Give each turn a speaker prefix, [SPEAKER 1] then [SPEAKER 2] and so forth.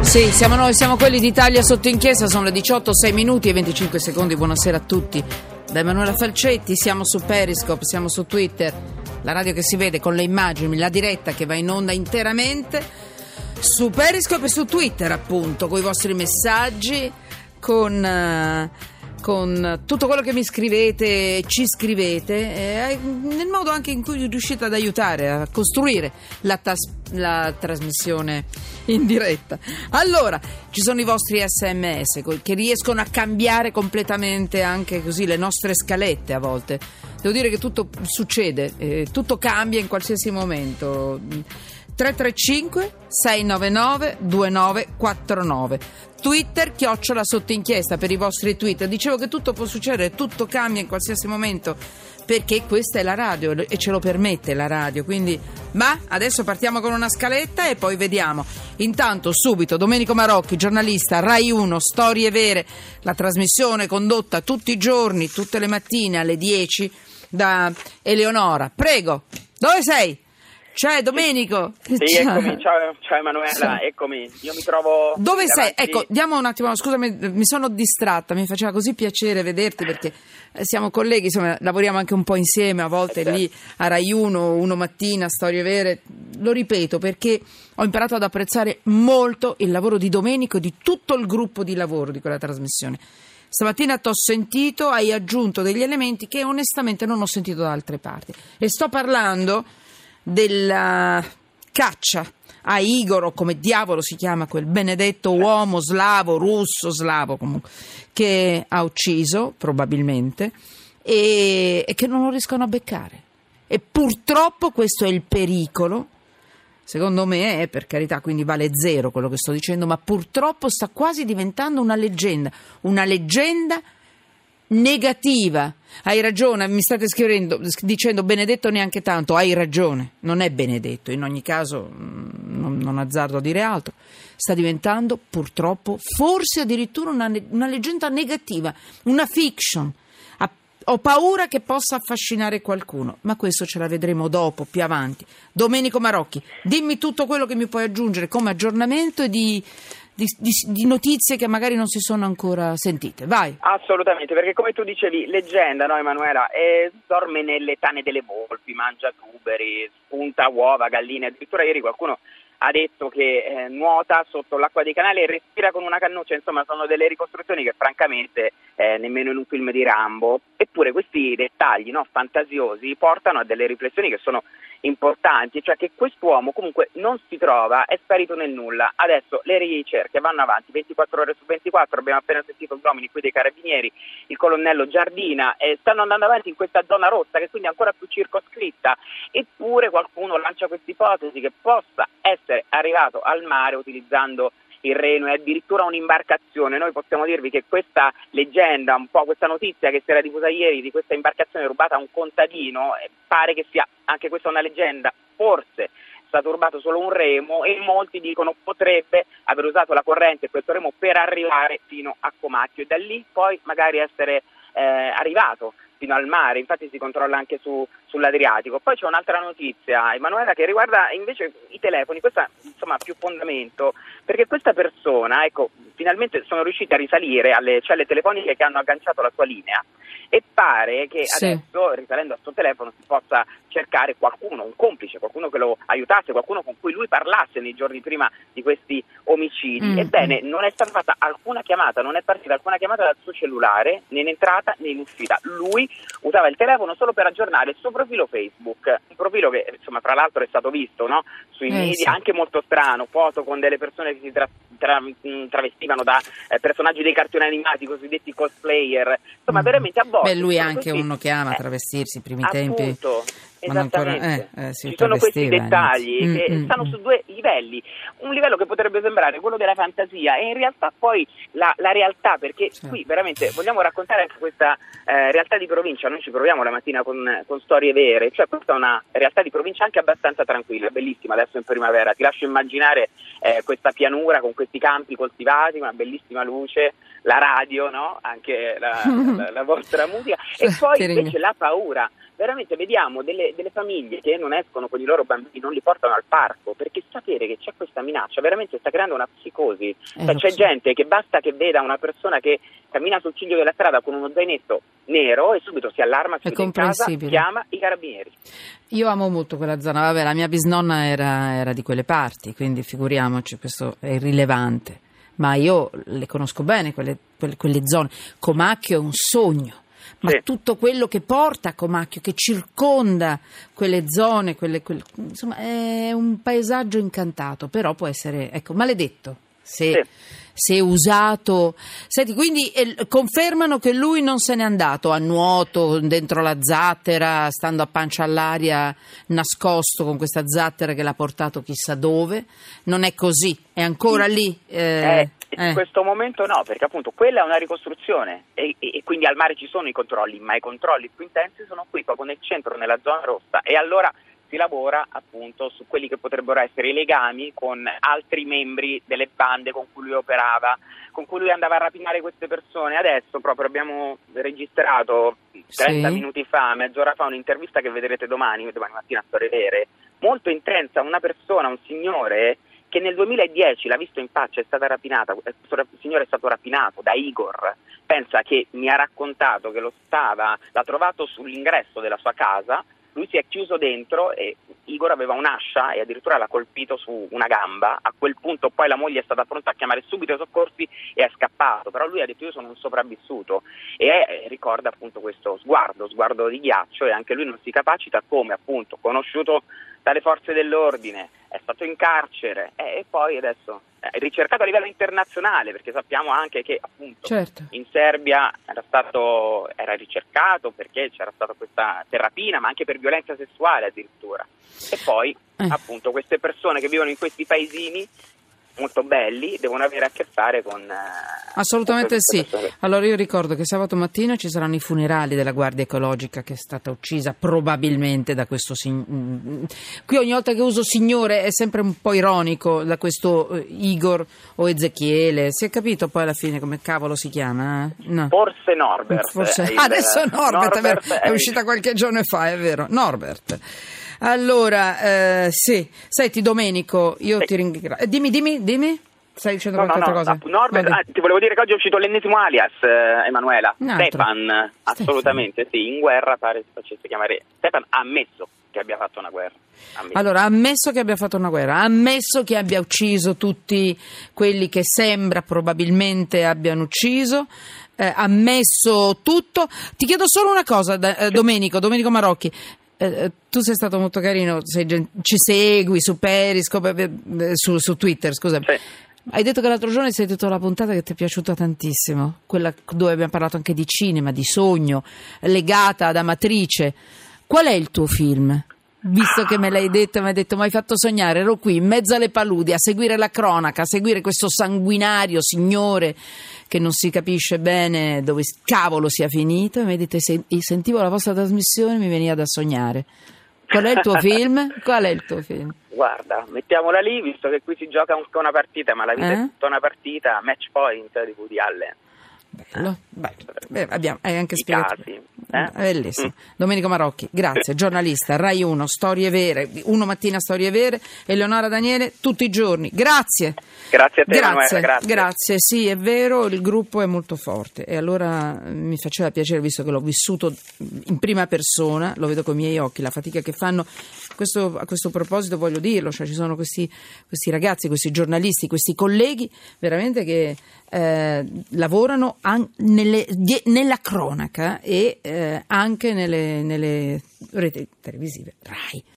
[SPEAKER 1] Sì, siamo noi, siamo quelli d'Italia sotto inchiesta, sono le 18, 6 minuti e 25 secondi, buonasera a tutti. Da Emanuela Falcetti, siamo su Periscope, siamo su Twitter, la radio che si vede con le immagini, la diretta che va in onda interamente su Periscope e su Twitter, appunto, con i vostri messaggi, con tutto quello che mi scrivete, ci scrivete, nel modo anche in cui riuscite ad aiutare a costruire la trasmissione in diretta. Allora, ci sono i vostri SMS che riescono a cambiare completamente anche così le nostre scalette a volte. Devo dire che tutto succede, tutto cambia in qualsiasi momento. 335 699 2949. Twitter @ sotto inchiesta per i vostri tweet. Dicevo che tutto può succedere, tutto cambia in qualsiasi momento, perché questa è la radio e ce lo permette la radio. Quindi, ma adesso partiamo con una scaletta e poi vediamo. Intanto subito Domenico Marocchi, giornalista, Rai 1, Storie Vere, la trasmissione condotta tutti i giorni, tutte le mattine alle 10 da Eleonora. Prego, dove sei? C'è Domenico.
[SPEAKER 2] Sì, eccomi, ciao Emanuela, eccomi, io mi trovo...
[SPEAKER 1] Dove sei? Ecco, diamo un attimo, scusami, mi sono distratta, mi faceva così piacere vederti perché siamo colleghi, insomma, lavoriamo anche un po' insieme, a volte lì a Rai 1 mattina, Storie Vere, lo ripeto perché ho imparato ad apprezzare molto il lavoro di Domenico e di tutto il gruppo di lavoro di quella trasmissione. Stamattina t'ho sentito, hai aggiunto degli elementi che onestamente non ho sentito da altre parti e sto parlando della caccia a Igor, o come diavolo si chiama quel benedetto uomo russo comunque, che ha ucciso probabilmente e che non lo riescono a beccare. E purtroppo questo è il pericolo, secondo me, per carità, quindi vale zero quello che sto dicendo, ma purtroppo sta quasi diventando una leggenda negativa. Hai ragione, mi state scrivendo dicendo Benedetto neanche tanto, hai ragione, non è Benedetto, in ogni caso non azzardo a dire altro, sta diventando purtroppo forse addirittura una leggenda negativa, una fiction. Ho paura che possa affascinare qualcuno, ma questo ce la vedremo dopo, più avanti. Domenico Marocchi, dimmi tutto quello che mi puoi aggiungere come aggiornamento e di notizie che magari non si sono ancora sentite. Vai.
[SPEAKER 2] Assolutamente, perché come tu dicevi, leggenda, no Emanuela, dorme nelle tane delle volpi, mangia tuberi, spunta uova, galline, addirittura ieri qualcuno ha detto che nuota sotto l'acqua dei canali e respira con una cannuccia. Insomma, sono delle ricostruzioni che francamente nemmeno in un film di Rambo, eppure questi dettagli, no, fantasiosi portano a delle riflessioni che sono importanti, cioè che quest'uomo comunque non si trova, è sparito nel nulla. Adesso le ricerche vanno avanti 24 ore su 24, abbiamo appena sentito gli uomini qui dei carabinieri, il colonnello Giardina, stanno andando avanti in questa zona rossa che quindi è ancora più circoscritta, eppure qualcuno lancia questa ipotesi che possa essere arrivato al mare utilizzando il Reno e addirittura un'imbarcazione. Noi possiamo dirvi che questa leggenda, un po' questa notizia che si era diffusa ieri di questa imbarcazione rubata a un contadino, pare che sia anche questa una leggenda, forse è stato rubato solo un remo e molti dicono potrebbe aver usato la corrente e questo remo per arrivare fino a Comacchio e da lì poi magari essere arrivato fino al mare. Infatti si controlla anche sull'Adriatico. Poi c'è un'altra notizia, Emanuela, che riguarda invece i telefoni. Questa insomma ha più fondamento, perché questa persona, ecco, finalmente sono riusciti a risalire alle celle telefoniche che hanno agganciato la sua linea e pare che adesso, risalendo al suo telefono, si possa cercare qualcuno, un complice, qualcuno che lo aiutasse, qualcuno con cui lui parlasse nei giorni prima di questi omicidi. Ebbene, non è stata fatta alcuna chiamata, non è partita alcuna chiamata dal suo cellulare, né in entrata né in uscita. Lui usava il telefono solo per aggiornare il suo profilo Facebook, un profilo che insomma tra l'altro è stato visto, no, sui media, anche molto strano, foto con delle persone che si travestivano da personaggi dei cartoni animati, cosiddetti cosplayer, insomma veramente a volte.
[SPEAKER 1] Beh, lui è anche uno che ama travestirsi, i primi tempi.
[SPEAKER 2] Esattamente, ci sono questi dettagli che stanno su due livelli, un livello che potrebbe sembrare quello della fantasia e in realtà poi la realtà, perché qui veramente vogliamo raccontare anche questa realtà di provincia. Noi ci proviamo la mattina con Storie Vere, cioè questa è una realtà di provincia anche abbastanza tranquilla, bellissima adesso in primavera, ti lascio immaginare questa pianura con questi campi coltivati, una bellissima luce, la radio, no? Anche la vostra musica, e poi invece la paura. Veramente vediamo delle famiglie che non escono con i loro bambini, non li portano al parco, perché sapere che c'è questa minaccia veramente sta creando una psicosi. C'è gente che basta che veda una persona che cammina sul ciglio della strada con uno zainetto nero e subito si allarma, si chiude in casa, chiama i carabinieri.
[SPEAKER 1] Io amo molto quella zona, vabbè, la mia bisnonna era di quelle parti, quindi figuriamoci, questo è irrilevante, ma io le conosco bene quelle zone. Comacchio è un sogno. Ma sì, tutto quello che porta a Comacchio, che circonda quelle zone, insomma, è un paesaggio incantato, però può essere, maledetto se usato. Senti, quindi confermano che lui non se n'è andato a nuoto dentro la zattera, stando a pancia all'aria, nascosto con questa zattera che l'ha portato chissà dove. Non è così, è ancora lì.
[SPEAKER 2] In questo momento no, perché appunto quella è una ricostruzione e quindi al mare ci sono i controlli, ma i controlli più intensi sono qui proprio nel centro, nella zona rossa, e allora si lavora appunto su quelli che potrebbero essere i legami con altri membri delle bande con cui lui operava, con cui lui andava a rapinare queste persone. Adesso proprio abbiamo registrato 30 minuti fa, mezz'ora fa, un'intervista che vedrete domani mattina a Storie Vere, molto intensa, una persona, un signore che nel 2010 l'ha visto in faccia, è stata rapinata, il signore è stato rapinato da Igor. Pensa che mi ha raccontato che l'ha trovato sull'ingresso della sua casa, lui si è chiuso dentro e Igor aveva un'ascia e addirittura l'ha colpito su una gamba. A quel punto poi la moglie è stata pronta a chiamare subito i soccorsi e è scappato, però lui ha detto: io sono un sopravvissuto, e ricorda appunto questo sguardo di ghiaccio, e anche lui non si capacita, come appunto conosciuto dalle forze dell'ordine, è stato in carcere e poi adesso è ricercato a livello internazionale, perché sappiamo anche che appunto in Serbia era ricercato perché c'era stata questa rapina, ma anche per violenza sessuale addirittura. E poi appunto queste persone che vivono in questi paesini molto belli devono avere a che fare con
[SPEAKER 1] assolutamente sì. Allora io ricordo che sabato mattina ci saranno i funerali della Guardia Ecologica che è stata uccisa probabilmente da questo qui ogni volta che uso signore è sempre un po' ironico, da questo Igor o Ezechiele, si è capito poi alla fine come cavolo si chiama? No.
[SPEAKER 2] Forse Norbert.
[SPEAKER 1] Adesso Norbert è vero, è uscita qualche giorno fa, è vero, Norbert. Allora, sì. Senti, Domenico, io ti ringrazio. Dimmi. Stai dicendo qualche altra cosa?
[SPEAKER 2] Norbert, ti volevo dire che oggi è uscito l'ennesimo alias, Emanuela. Stepan, assolutamente sì, in guerra pare si facesse chiamare. Stepan ha ammesso che abbia fatto una guerra.
[SPEAKER 1] Allora, ha ammesso che abbia fatto una guerra, ha ammesso che abbia ucciso tutti quelli che sembra probabilmente abbiano ucciso, ha ammesso tutto. Ti chiedo solo una cosa, Domenico Marocchi. Tu sei stato molto carino, ci segui su Periscope, su Twitter, scusa. Sì. Hai detto che l'altro giorno hai sentito la puntata che ti è piaciuta tantissimo, quella dove abbiamo parlato anche di cinema, di sogno, legata ad Amatrice. Qual è il tuo film? Visto che me l'hai detto, mi hai detto: mi hai fatto sognare, ero qui in mezzo alle paludi a seguire la cronaca, a seguire questo sanguinario signore che non si capisce bene dove cavolo sia finito, e mi hai detto: sentivo la vostra trasmissione, mi veniva da sognare. Qual è il tuo film?
[SPEAKER 2] Guarda, mettiamola lì, visto che qui si gioca anche una partita, ma la vita è tutta una partita, Match Point di Woody Allen.
[SPEAKER 1] Bello. Hai anche spiegato. Bellissimo. Domenico Marocchi, grazie, giornalista, Rai 1, Storie Vere, Uno Mattina Storie Vere, Eleonora Daniele tutti i giorni. Grazie
[SPEAKER 2] a te,
[SPEAKER 1] grazie. Sì, è vero, il gruppo è molto forte e allora mi faceva piacere, visto che l'ho vissuto in prima persona, lo vedo con i miei occhi, la fatica che fanno. A questo proposito voglio dirlo, cioè ci sono questi ragazzi, questi giornalisti, questi colleghi veramente che lavorano nella cronaca e anche nelle reti televisive Rai.